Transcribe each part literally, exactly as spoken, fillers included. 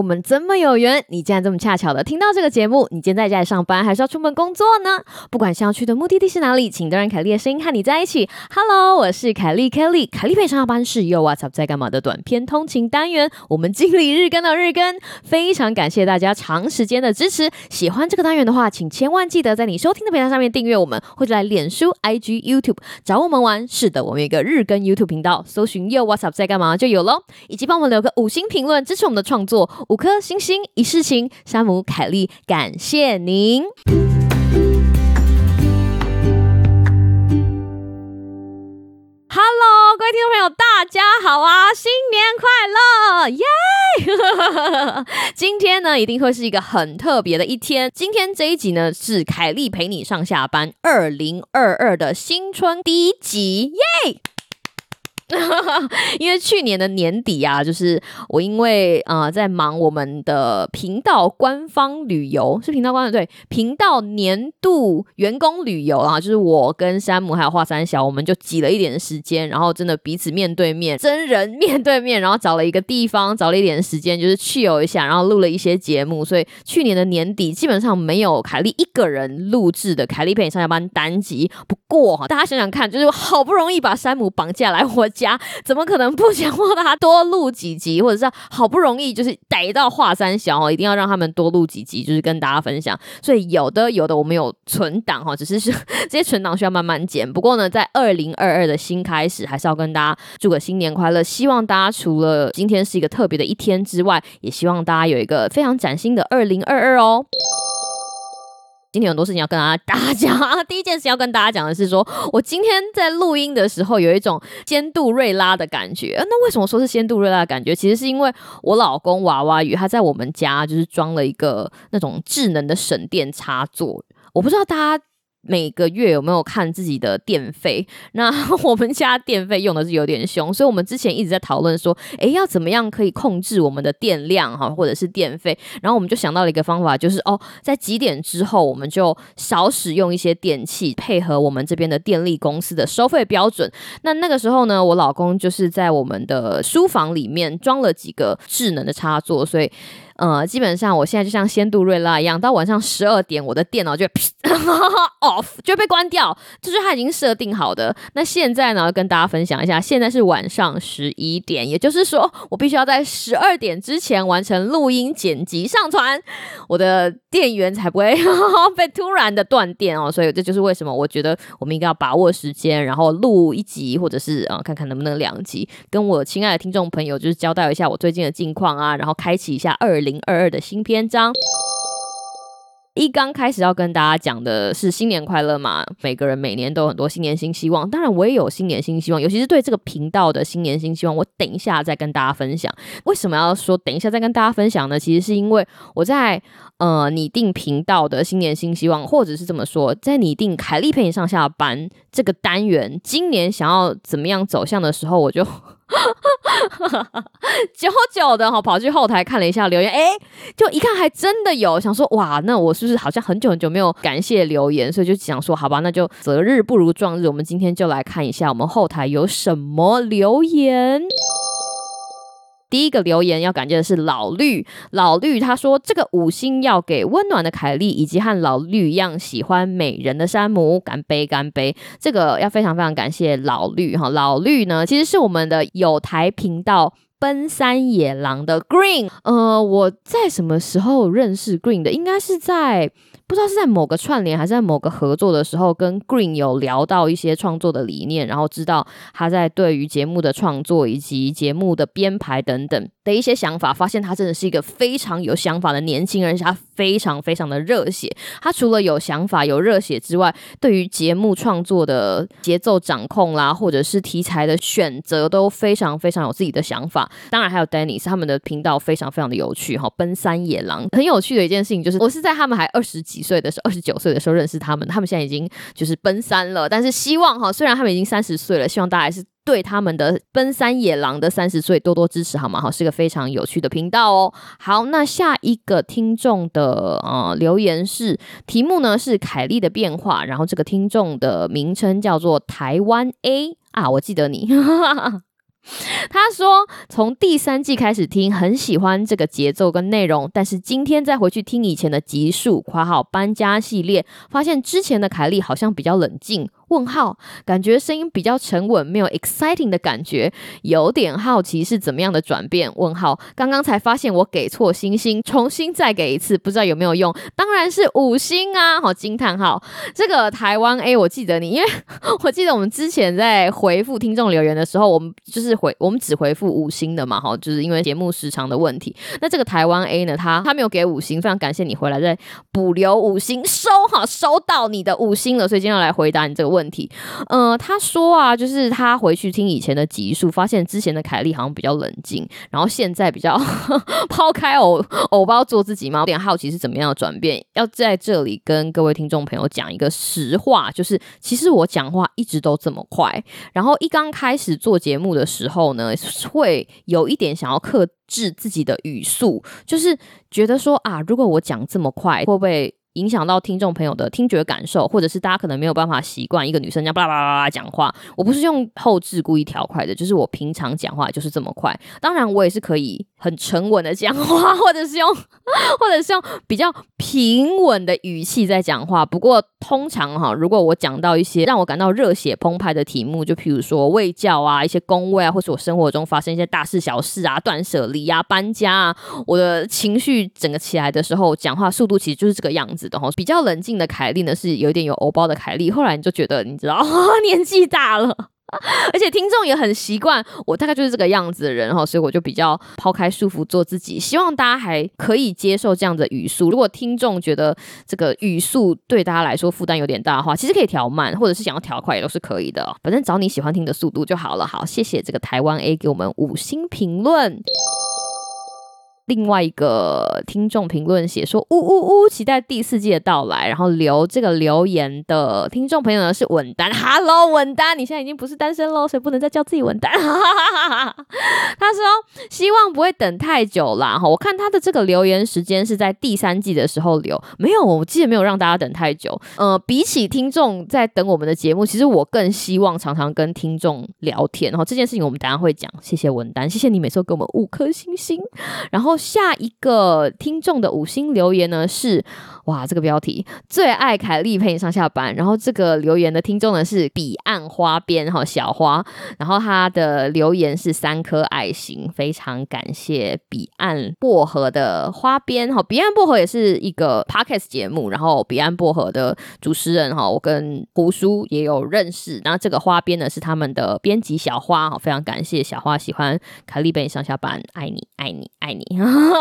们这么有缘，你竟然这么恰巧的听到这个节目。你今天在家里上班还是要出门工作呢？不管是要去的目的地是哪里，请都让凯莉的声音和你在一起。 Hello， 我是凯莉 Kelly， 凯莉陪上下班是 Yo What's Up 在干嘛的短篇通勤单元，我们经历日更到日更，非常感谢大家长时间的支持。喜欢这个单元的话，请千万记得在你收听的平台上面订阅我们，或者来脸书 I G YouTube 找我们玩。是的，我们有一个日更 YouTube 频道，搜寻 Yo What's Up 在干嘛就有咯，以及帮我们留个五星评论支持我们的创作，五颗星星一世情。山姆凯莉，感谢您。Hello， 各位听众朋友，大家好啊！新年快乐，耶！今天呢，一定会是一个很特别的一天。今天这一集呢，是凯莉陪你上下班二零二二的新春第一集，耶！因为去年的年底啊，就是我因为呃在忙我们的频道官方旅游，是频道官方对频道年度员工旅游啊，就是我跟山姆还有华三小，我们就挤了一点时间，然后真的彼此面对面，真人面对面，然后找了一个地方，找了一点时间，就是chill一下，然后录了一些节目。所以去年的年底基本上没有凯莉一个人录制的凯莉陪你上下班单集。不过大家想想看，就是好不容易把山姆绑架来我家，怎么可能不想让他多录几集，或者是好不容易就是逮到华三小，一定要让他们多录几集，就是跟大家分享。所以有的有的我们有存档，只是这些存档需要慢慢剪。不过呢，在二零二二的新开始，还是要跟大家祝个新年快乐。希望大家除了今天是一个特别的一天之外，也希望大家有一个非常崭新的二零二二哦。今天有很多事情要跟大家讲。第一件事要跟大家讲的是说，我今天在录音的时候有一种仙杜瑞拉的感觉。那为什么说是仙杜瑞拉的感觉？其实是因为我老公娃娃鱼他在我们家就是装了一个那种智能的省电插座。我不知道大家每个月有没有看自己的电费？那我们家电费用的是有点凶，所以我们之前一直在讨论说，诶，要怎么样可以控制我们的电量或者是电费。然后我们就想到了一个方法，就是哦，在几点之后我们就少使用一些电器，配合我们这边的电力公司的收费标准。那那个时候呢，我老公就是在我们的书房里面装了几个智能的插座，所以呃，基本上我现在就像仙杜瑞拉一样，到晚上十二点我的电脑就会off， 就会被关掉，这就是它已经设定好的。那现在呢，跟大家分享一下，现在是晚上十一点，也就是说我必须要在十二点之前完成录音剪辑上传，我的电源才不会被突然的断电哦。所以这就是为什么我觉得我们应该要把握时间，然后录一集或者是、呃、看看能不能两集，跟我亲爱的听众朋友就是交代一下我最近的近况啊，然后开启一下二零二二的新篇章。一刚开始要跟大家讲的是新年快乐嘛，每个人每年都有很多新年新希望，当然我也有新年新希望，尤其是对这个频道的新年新希望，我等一下再跟大家分享。为什么要说等一下再跟大家分享呢？其实是因为我在呃拟定频道的新年新希望，或者是这么说，在拟定凯莉陪你上下班这个单元今年想要怎么样走向的时候，我就久久的跑去后台看了一下留言，诶，就一看还真的有，想说哇，那我是不是好像很久很久没有感谢留言，所以就想说好吧，那就择日不如撞日，我们今天就来看一下我们后台有什么留言。第一个留言要感谢的是老绿，老绿他说这个五星要给温暖的凯莉以及和老绿一样喜欢美人的山姆，干杯干杯！这个要非常非常感谢老绿哈，老绿呢其实是我们的有台频道奔山野狼的 Green。 呃，我在什么时候认识 Green 的？应该是在不知道是在某个串联还是在某个合作的时候，跟 Green 有聊到一些创作的理念，然后知道他在对于节目的创作以及节目的编排等等的一些想法，发现他真的是一个非常有想法的年轻人，而且他非常非常的热血。他除了有想法有热血之外，对于节目创作的节奏掌控啦，或者是题材的选择都非常非常有自己的想法。当然还有 Dennis， 他们的频道非常非常的有趣，奔山野狼很有趣的一件事情就是，我是在他们还二十几岁的时候二十九岁的时候认识他们，他们现在已经就是奔三了，但是希望虽然他们已经三十岁了，希望大家还是对他们的奔山野狼的三十岁多多支持好吗？是个非常有趣的频道哦。好，那下一个听众的、呃、留言是，题目呢是凯莉的变化，然后这个听众的名称叫做台湾 A 啊，我记得你他说从第三季开始听，很喜欢这个节奏跟内容，但是今天再回去听以前的集数（括号搬家系列），发现之前的凯莉好像比较冷静，问号，感觉声音比较沉稳，没有 exciting 的感觉，有点好奇是怎么样的转变，问号，刚刚才发现我给错星星，重新再给一次，不知道有没有用，当然是五星啊，好，惊叹号。这个台湾 A 我记得你，因为我记得我们之前在回复听众留言的时候，我们就是回我们只回复五星的嘛，就是因为节目时长的问题。那这个台湾 A 呢，他他没有给五星，非常感谢你回来再补留五星，收好，收到你的五星了，所以今天要来回答你这个问题。呃，他说啊，就是他回去听以前的集数，发现之前的凯莉好像比较冷静，然后现在比较抛开偶偶包做自己嘛，有点好奇是怎么样的转变。要在这里跟各位听众朋友讲一个实话，就是其实我讲话一直都这么快，然后一刚开始做节目的时候呢，会有一点想要克制自己的语速，就是觉得说啊，如果我讲这么快，会不会影响到听众朋友的听觉感受，或者是大家可能没有办法习惯一个女生这样巴拉巴拉巴拉讲话。我不是用后置故意调快的，就是我平常讲话就是这么快。当然我也是可以很沉稳的讲话，或者是用或者是用比较平稳的语气在讲话。不过通常哈，如果我讲到一些让我感到热血澎湃的题目，就譬如说卫教啊、一些公卫啊，或是我生活中发生一些大事小事啊、断舍离啊、搬家啊，我的情绪整个起来的时候，讲话速度其实就是这个样子的。比较冷静的凯莉呢，是有点有偶包的凯莉。后来你就觉得，你知道年纪大了，而且听众也很习惯我大概就是这个样子的人，所以我就比较抛开束缚做自己。希望大家还可以接受这样的语速。如果听众觉得这个语速对大家来说负担有点大的话，其实可以调慢，或者是想要调快也都是可以的。反正找你喜欢听的速度就好了。好，谢谢这个台湾 A 给我们五星评论。另外一个听众评论写说呜呜呜，期待第四季的到来。然后留这个留言的听众朋友呢是稳丹 ，Hello 稳丹，你现在已经不是单身喽，所以不能再叫自己稳丹。他说希望不会等太久啦，我看他的这个留言时间是在第三季的时候留，没有，我记得没有让大家等太久。呃，比起听众在等我们的节目，其实我更希望常常跟听众聊天。然后这件事情我们等一下会讲，谢谢稳丹，谢谢你每次都给我们五颗星星。然后下一个听众的五星留言呢是，哇，这个标题最爱凯莉陪你上下班。然后这个留言的听众呢是彼岸花边小花，然后他的留言是三颗爱心，非常感谢彼岸薄荷的花边。彼岸薄荷也是一个 podcast 节目，然后彼岸薄荷的主持人我跟胡叔也有认识，然后这个花边呢是他们的编辑小花，非常感谢小花喜欢凯莉陪你上下班，爱你爱你爱你。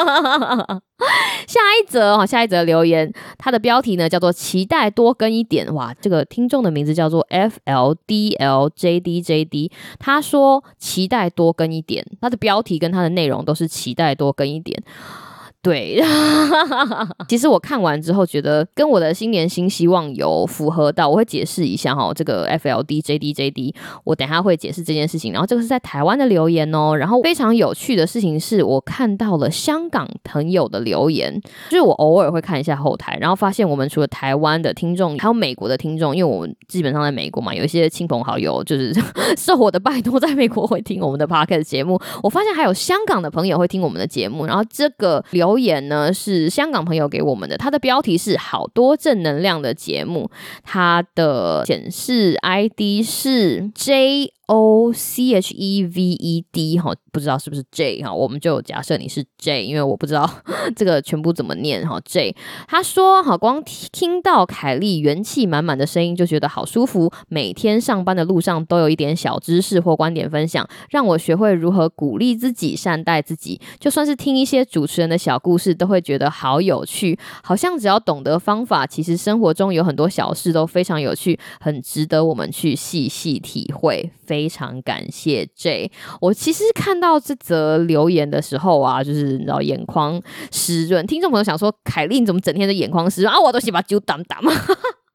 下一则下一则留言，它的标题呢叫做期待多更一点。哇，这个听众的名字叫做 F L D L J D J D， 他说期待多更一点，他的标题跟他的内容都是期待多更一点。对，其实我看完之后觉得跟我的新年新希望有符合到，我会解释一下这个 F L D J D J D， 我等一下会解释这件事情。然后这个是在台湾的留言哦，然后非常有趣的事情是我看到了香港朋友的留言，就是我偶尔会看一下后台，然后发现我们除了台湾的听众还有美国的听众，因为我们基本上在美国嘛，有一些亲朋好友就是受我的拜托在美国会听我们的 podcast 节目，我发现还有香港的朋友会听我们的节目。然后这个留言留言呢是香港朋友给我们的，他的标题是好多正能量的节目，他的显示 I D 是 J O C H E V E D， 不知道是不是 J， 我们就假设你是 J， 因为我不知道这个全部怎么念 J。 他说光听到凯莉元气满满的声音就觉得好舒服，每天上班的路上都有一点小知识或观点分享，让我学会如何鼓励自己善待自己，就算是听一些主持人的小故事都会觉得好有趣，好像只要懂得方法，其实生活中有很多小事都非常有趣，很值得我们去细细体会。非常感谢 J。 我其实看到这则留言的时候啊，就是你知道眼眶湿润，听众朋友想说凯莉你怎么整天的眼眶湿润啊，我都是把酒挡挡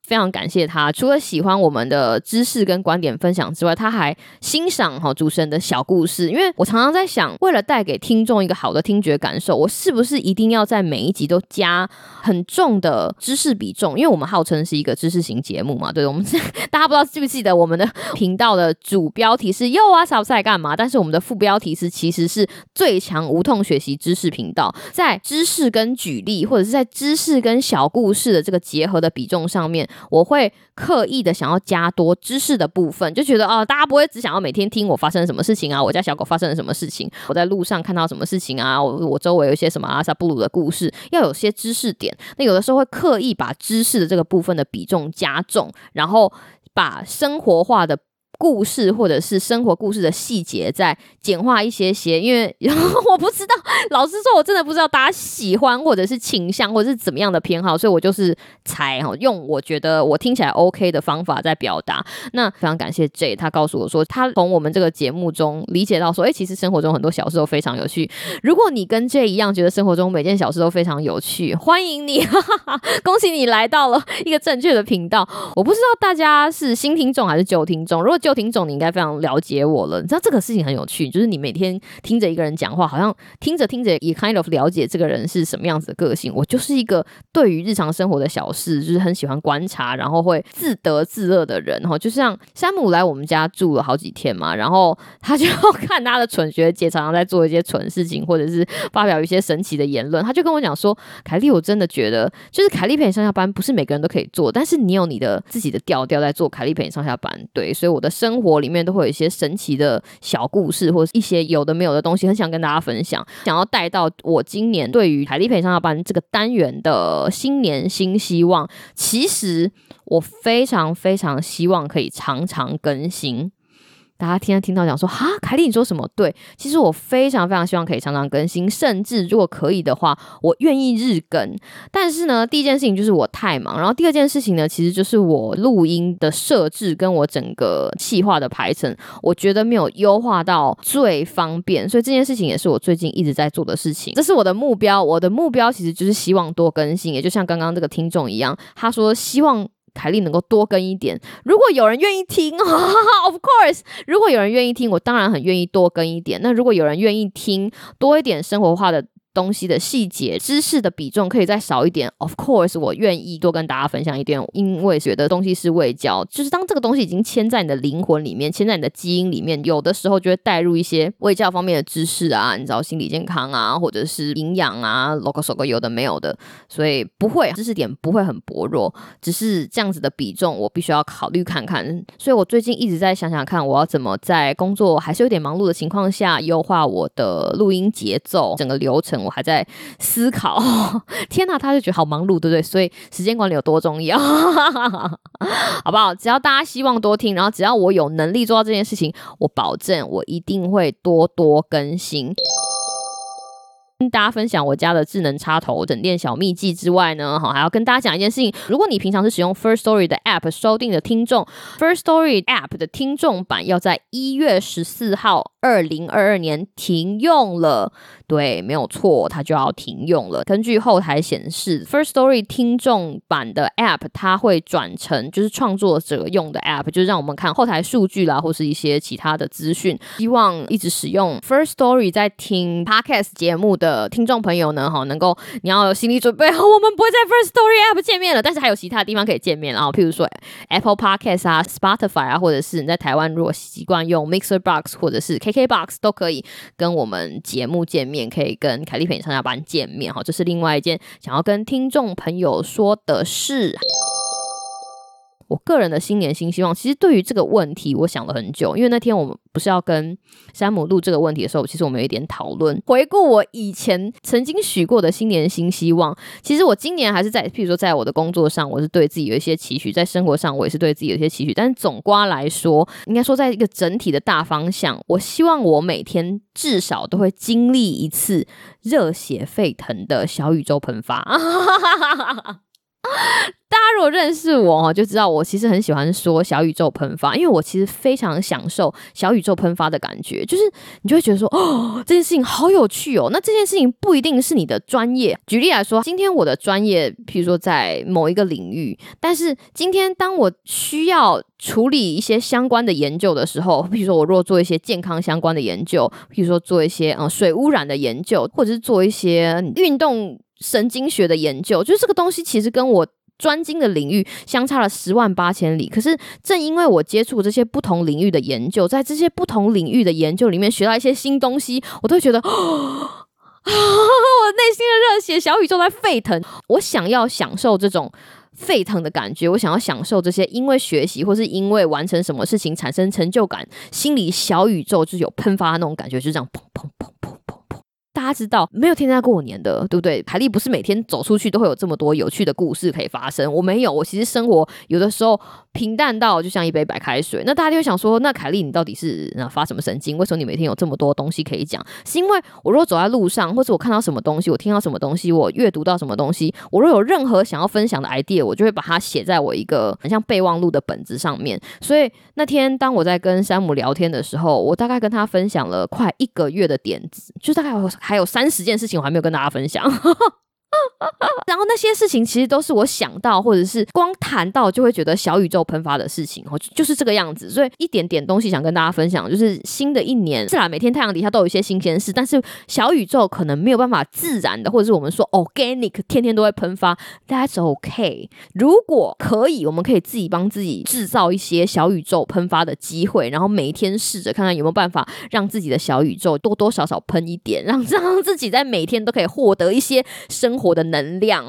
非常感谢他，除了喜欢我们的知识跟观点分享之外，他还欣赏、哦、主持人的小故事。因为我常常在想，为了带给听众一个好的听觉感受，我是不是一定要在每一集都加很重的知识比重？因为我们号称是一个知识型节目嘛，对，我们大家不知道记不记得我们的频道的主标题是又啊啥在干嘛，但是我们的副标题是其实是最强无痛学习知识频道。在知识跟举例，或者是在知识跟小故事的这个结合的比重上面，我会刻意的想要加多知识的部分，就觉得哦，大家不会只想要每天听我发生了什么事情啊，我家小狗发生了什么事情，我在路上看到什么事情啊，我, 我周围有一些什么阿萨布鲁的故事，要有些知识点。那有的时候会刻意把知识的这个部分的比重加重，然后把生活化的故事或者是生活故事的细节再简化一些些。因为我不知道，老实说我真的不知道大家喜欢或者是倾向或者是怎么样的偏好，所以我就是猜用我觉得我听起来 OK 的方法在表达。那非常感谢 J， 他告诉我说他从我们这个节目中理解到说，哎，其实生活中很多小事都非常有趣。如果你跟 J 一样觉得生活中每件小事都非常有趣，欢迎你恭喜你来到了一个正确的频道。我不知道大家是新听众还是旧听众，如果旧听众你应该非常了解我了，你知道这个事情很有趣，就是你每天听着一个人讲话，好像听着听着也 kind of 了解这个人是什么样子的个性。我就是一个对于日常生活的小事就是很喜欢观察，然后会自得自乐的人。就像山姆来我们家住了好几天嘛，然后他就看他的蠢学姐常常在做一些蠢事情，或者是发表一些神奇的言论，他就跟我讲说，凯莉，我真的觉得就是凯莉陪你上下班不是每个人都可以做，但是你有你的自己的调调在做凯莉陪你上下班。对，所以我的生活里面都会有一些神奇的小故事，或者一些有的没有的东西，很想跟大家分享，想要带到我今年对于凯莉陪你上下班这个单元的新年新希望。其实我非常非常希望可以常常更新。大家听听到讲说，哈，凯莉你说什么？对，其实我非常非常希望可以常常更新，甚至如果可以的话，我愿意日更。但是呢，第一件事情就是我太忙，然后第二件事情呢，其实就是我录音的设置跟我整个企划的排程，我觉得没有优化到最方便，所以这件事情也是我最近一直在做的事情。这是我的目标，我的目标其实就是希望多更新，也就像刚刚这个听众一样，他说希望凯莉能够多更一点。如果有人愿意听of course， 如果有人愿意听，我当然很愿意多更一点。那如果有人愿意听多一点生活化的东西的细节，知识的比重可以再少一点， of course 我愿意多跟大家分享一点，因为觉得东西是卫教，就是当这个东西已经牵在你的灵魂里面，牵在你的基因里面，有的时候就会带入一些卫教方面的知识啊，你知道心理健康啊，或者是营养啊 logo 手个有的没有的，所以不会知识点不会很薄弱，只是这样子的比重我必须要考虑看看。所以我最近一直在想想看，我要怎么在工作还是有点忙碌的情况下优化我的录音节奏，整个流程我还在思考。天哪，他就觉得好忙碌，对不对？所以时间管理有多重要好不好？只要大家希望多听，然后只要我有能力做到这件事情，我保证我一定会多多更新。跟大家分享我家的智能插头省电小秘技之外呢，还要跟大家讲一件事情。如果你平常是使用 First Story 的 App 收听的听众， First Story App 的听众版要在一月十四号二零二二年停用了。对，没有错，它就要停用了。根据后台显示， First Story 听众版的 App 它会转成就是创作者用的 App， 就是让我们看后台数据啦，或是一些其他的资讯。希望一直使用 First Story 在听 Podcast 节目的听众朋友呢，能够你要有心理准备，我们不会在 First Story App 见面了，但是还有其他地方可以见面啊，譬如说 Apple Podcast 啊 Spotify 啊，或者是你在台湾如果习惯用 Mixer Box 或者是 K K Box 都可以跟我们节目见面，可以跟凯莉陪你上下班见面，这是另外一件想要跟听众朋友说的事。我个人的新年新希望，其实对于这个问题我想了很久，因为那天我们不是要跟山姆录这个问题的时候，其实我们有一点讨论，回顾我以前曾经许过的新年新希望。其实我今年还是在譬如说在我的工作上我是对自己有一些期许，在生活上我也是对自己有一些期许，但是总括来说应该说在一个整体的大方向，我希望我每天至少都会经历一次热血沸腾的小宇宙喷发大家如果认识我就知道我其实很喜欢说小宇宙喷发，因为我其实非常享受小宇宙喷发的感觉，就是你就会觉得说哦，这件事情好有趣哦。那这件事情不一定是你的专业，举例来说，今天我的专业譬如说在某一个领域，但是今天当我需要处理一些相关的研究的时候，譬如说我如果做一些健康相关的研究，譬如说做一些、呃、水污染的研究，或者是做一些运动神经学的研究，就是这个东西其实跟我专精的领域相差了十万八千里，可是正因为我接触这些不同领域的研究，在这些不同领域的研究里面学到一些新东西，我都会觉得、哦、我内心的热血小宇宙在沸腾。我想要享受这种沸腾的感觉，我想要享受这些因为学习或是因为完成什么事情产生成就感，心里小宇宙就是有喷发的那种感觉，就是这样砰砰砰砰砰砰。大家知道没有天天在过年的，对不对？凯莉不是每天走出去都会有这么多有趣的故事可以发生，我没有，我其实生活有的时候平淡到就像一杯白开水。那大家就会想说，那凯莉你到底是发什么神经？为什么你每天有这么多东西可以讲？是因为我如果走在路上，或者我看到什么东西，我听到什么东西，我阅读到什么东西，我如果有任何想要分享的 idea， 我就会把它写在我一个很像备忘录的本子上面。所以那天当我在跟山姆聊天的时候，我大概跟他分享了快一个月的点子，就大概有还有三十件事情我还没有跟大家分享然后那些事情其实都是我想到或者是光谈到就会觉得小宇宙喷发的事情，就是这个样子。所以一点点东西想跟大家分享，就是新的一年是啦，每天太阳底下都有一些新鲜事，但是小宇宙可能没有办法自然的，或者是我们说 organic 天天都会喷发， that's okay。 如果可以，我们可以自己帮自己制造一些小宇宙喷发的机会，然后每一天试着看看有没有办法让自己的小宇宙多多少少喷一点，让让自己在每天都可以获得一些生活的能量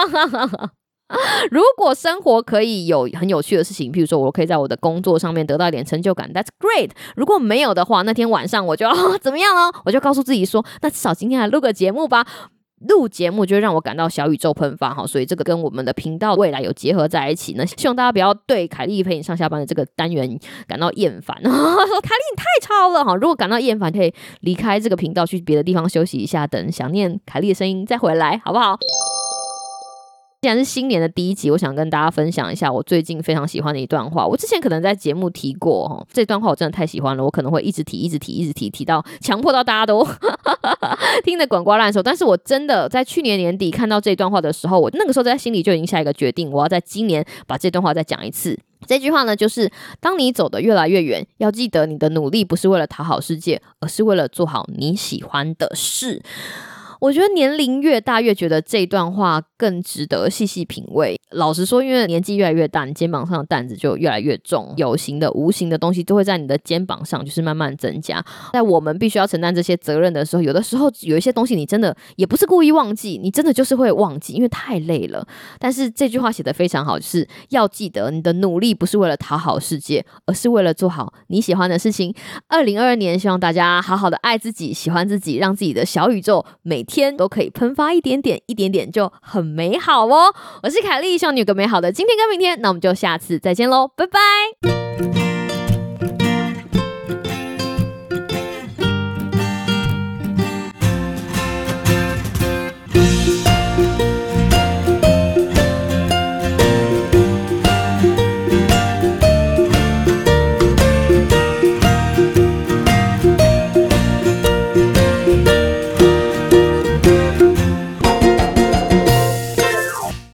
如果生活可以有很有趣的事情，譬如说我可以在我的工作上面得到一点成就感， that's great。 如果没有的话，那天晚上我就、哦、怎么样呢？我就告诉自己说，那至少今天来录个节目吧。录节目就会让我感到小宇宙喷发，所以这个跟我们的频道未来有结合在一起呢。希望大家不要对凯莉陪你上下班的这个单元感到厌烦说凯莉你太吵了，如果感到厌烦可以离开这个频道去别的地方休息一下，等想念凯莉的声音再回来好不好？既然是新年的第一集，我想跟大家分享一下我最近非常喜欢的一段话。我之前可能在节目提过，这段话我真的太喜欢了，我可能会一直提一直提一直提提到强迫到大家都听得滚瓜烂熟。但是我真的在去年年底看到这段话的时候，我那个时候在心里就已经下一个决定，我要在今年把这段话再讲一次。这句话呢，就是当你走得越来越远，要记得你的努力不是为了讨好世界，而是为了做好你喜欢的事。我觉得年龄越大越觉得这段话更值得细细品味。老实说，因为年纪越来越大，你肩膀上的担子就越来越重，有形的无形的东西都会在你的肩膀上就是慢慢增加。在我们必须要承担这些责任的时候，有的时候有一些东西你真的也不是故意忘记，你真的就是会忘记，因为太累了。但是这句话写得非常好，就是要记得你的努力不是为了讨好世界，而是为了做好你喜欢的事情。二零二二年希望大家好好的爱自己，喜欢自己，让自己的小宇宙每天都可以喷发一点点，一点点就很美好哦。我是凯莉，希望你有个美好的今天跟明天，那我们就下次再见咯，拜拜。